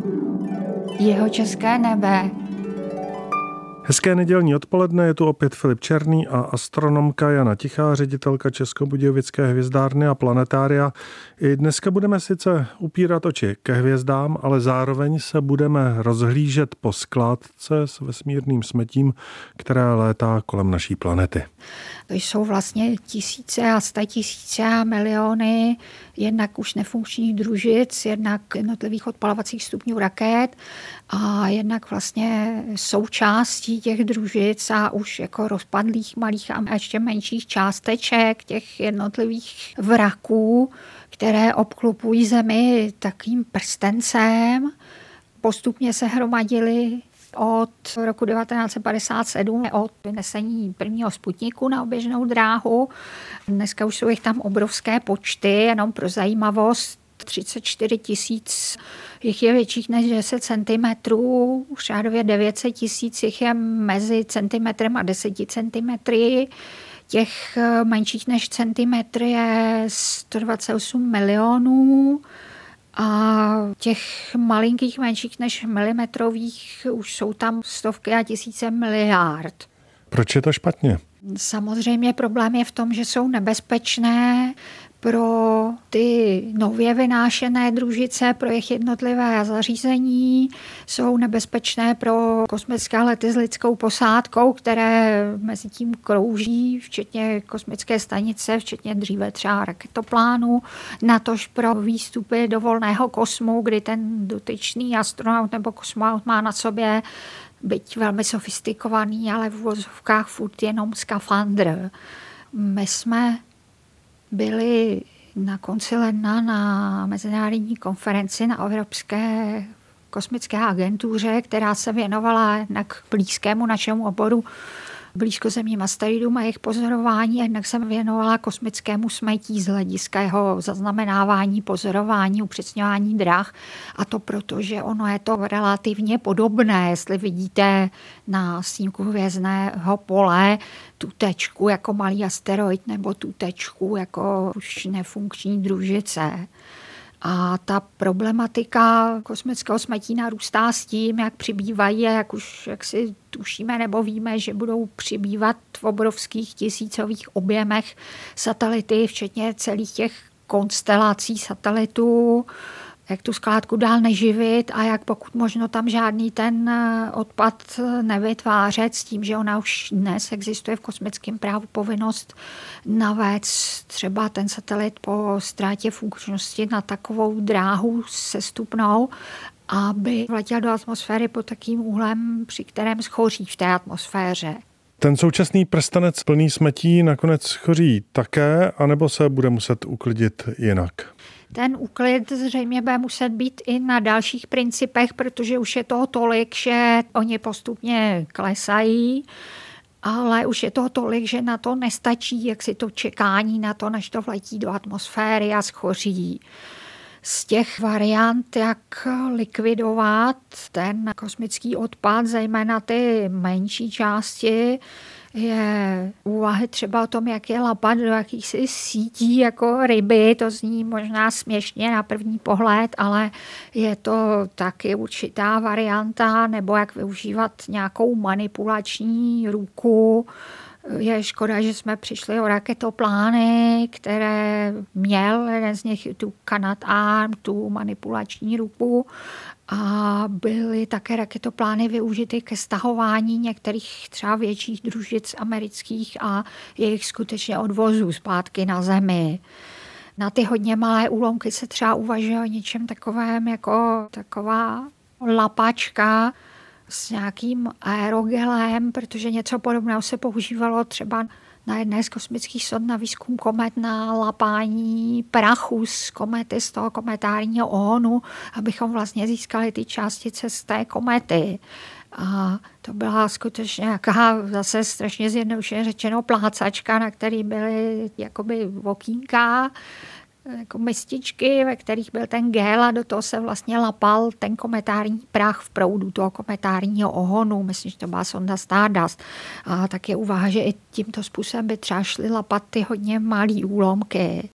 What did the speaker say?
Jihočeské nebe. Hezké nedělní odpoledne, je tu opět Filip Černý a astronomka Jana Tichá, ředitelka Českobudějovické hvězdárny a planetária. I dneska budeme sice upírat oči ke hvězdám, ale zároveň se budeme rozhlížet po skládce s vesmírným smetím, které létá kolem naší planety. To jsou vlastně tisíce a statisíce a miliony jednak už nefunkčních družic, jednak jednotlivých odpalovacích stupňů raket a jednak vlastně součástí těch družic a už jako rozpadlých malých a ještě menších částeček těch jednotlivých vraků, které obklopují Zemi takým prstencem. Postupně se hromadily od roku 1957, od vynesení prvního Sputniku na oběžnou dráhu. Dneska už jsou jich tam obrovské počty, jenom pro zajímavost. 34 000 jich je větších než 10 cm, řádově 900 000 jich je mezi centimetrem a 10 cm. Těch menších než centimetr je 128 milionů. A těch malinkých, menších než milimetrových už jsou tam stovky a tisíce miliard. Proč je to špatně? Samozřejmě problém je v tom, že jsou nebezpečné pro ty nově vynášené družice, pro jejich jednotlivé zařízení, jsou nebezpečné pro kosmické lety s lidskou posádkou, které mezi tím krouží, včetně kosmické stanice, včetně dříve třeba raketoplánu, natož pro výstupy do volného kosmu, kdy ten dotyčný astronaut nebo kosmonaut má na sobě byť velmi sofistikovaný, ale v uvozovkách furt jenom skafandr. My jsme byli na konci ledna na mezinárodní konferenci na Evropské kosmické agentuře, která se věnovala jednak blízkému našemu oboru blízkozemním asteroidům a jejich pozorování, jednak se věnovala kosmickému smetí z hlediska jeho zaznamenávání, pozorování, upřesňování drah. A to proto, že ono je to relativně podobné, jestli vidíte na snímku hvězdného pole tu tečku jako malý asteroid nebo tu tečku jako už nefunkční družice. A ta problematika kosmického smetí narůstá s tím, jak přibývají a jak si tušíme nebo víme, že budou přibývat v obrovských tisícových objemech satelity, včetně celých těch konstelací satelitů, jak tu skládku dál neživit a jak pokud možno tam žádný ten odpad nevytvářet s tím, že ona už dnes existuje v kosmickém právu povinnost navést třeba ten satelit po ztrátě funkčnosti na takovou dráhu sestupnou, aby vletěl do atmosféry pod takým úhlem, při kterém schoří v té atmosféře. Ten současný prstenec plný smetí nakonec schoří také, anebo se bude muset uklidit jinak? Ten úklid zřejmě bude muset být i na dalších principech, protože už je toho tolik, že oni postupně klesají, ale už je toho tolik, že na to nestačí, jak si to čekání na to, než to vletí do atmosféry a schoří. Z těch variant, jak likvidovat ten kosmický odpad, zejména ty menší části, je úvahy třeba o tom, jak je lapat do jakýchsi sítí jako ryby. To zní možná směšně na první pohled, ale je to taky určitá varianta, nebo jak využívat nějakou manipulační ruku. Je škoda, že jsme přišli o raketoplány, které měl jeden z nich tu Canad Arm, tu manipulační ruku, a byly také raketoplány využity ke stahování některých třeba větších družic amerických a jejich skutečně odvozů zpátky na Zemi. Na ty hodně malé úlomky se třeba uvažuje o něčem takovém jako taková lapačka s nějakým aerogelem, protože něco podobného se používalo třeba na jedné z kosmických sond na výzkum komet na lapání prachu z komety, z toho kometárního ohonu, abychom vlastně získali ty částice z té komety. A to byla skutečně nějaká zase strašně zjednodušeně řečeno plácačka, na který byly jakoby okýnka, jako mističky, ve kterých byl ten gel a do toho se vlastně lapal ten kometární prach v proudu toho kometárního ohonu. Myslím, že to byla sonda Stardust. A tak je úvaha, že i tímto způsobem by třeba šly lapat ty hodně malý úlomky.